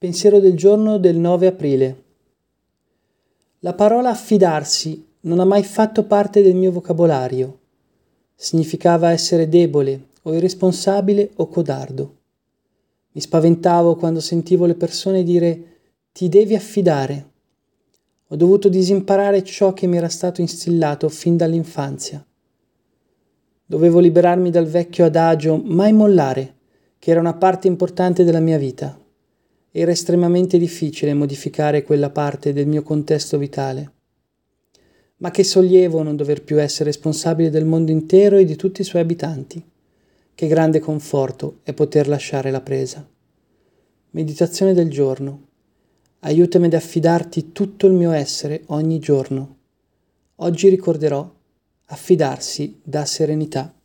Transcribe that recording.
Pensiero del giorno del 9 aprile. La parola affidarsi non ha mai fatto parte del mio vocabolario. Significava essere debole o irresponsabile o codardo. Mi spaventavo quando sentivo le persone dire «ti devi affidare». Ho dovuto disimparare ciò che mi era stato instillato fin dall'infanzia. Dovevo liberarmi dal vecchio adagio «mai mollare», che era una parte importante della mia vita. Era estremamente difficile modificare quella parte del mio contesto vitale. Ma che sollievo non dover più essere responsabile del mondo intero e di tutti i suoi abitanti. Che grande conforto è poter lasciare la presa. Meditazione del giorno. Aiutami ad affidarti tutto il mio essere ogni giorno. Oggi ricorderò: affidarsi dà serenità.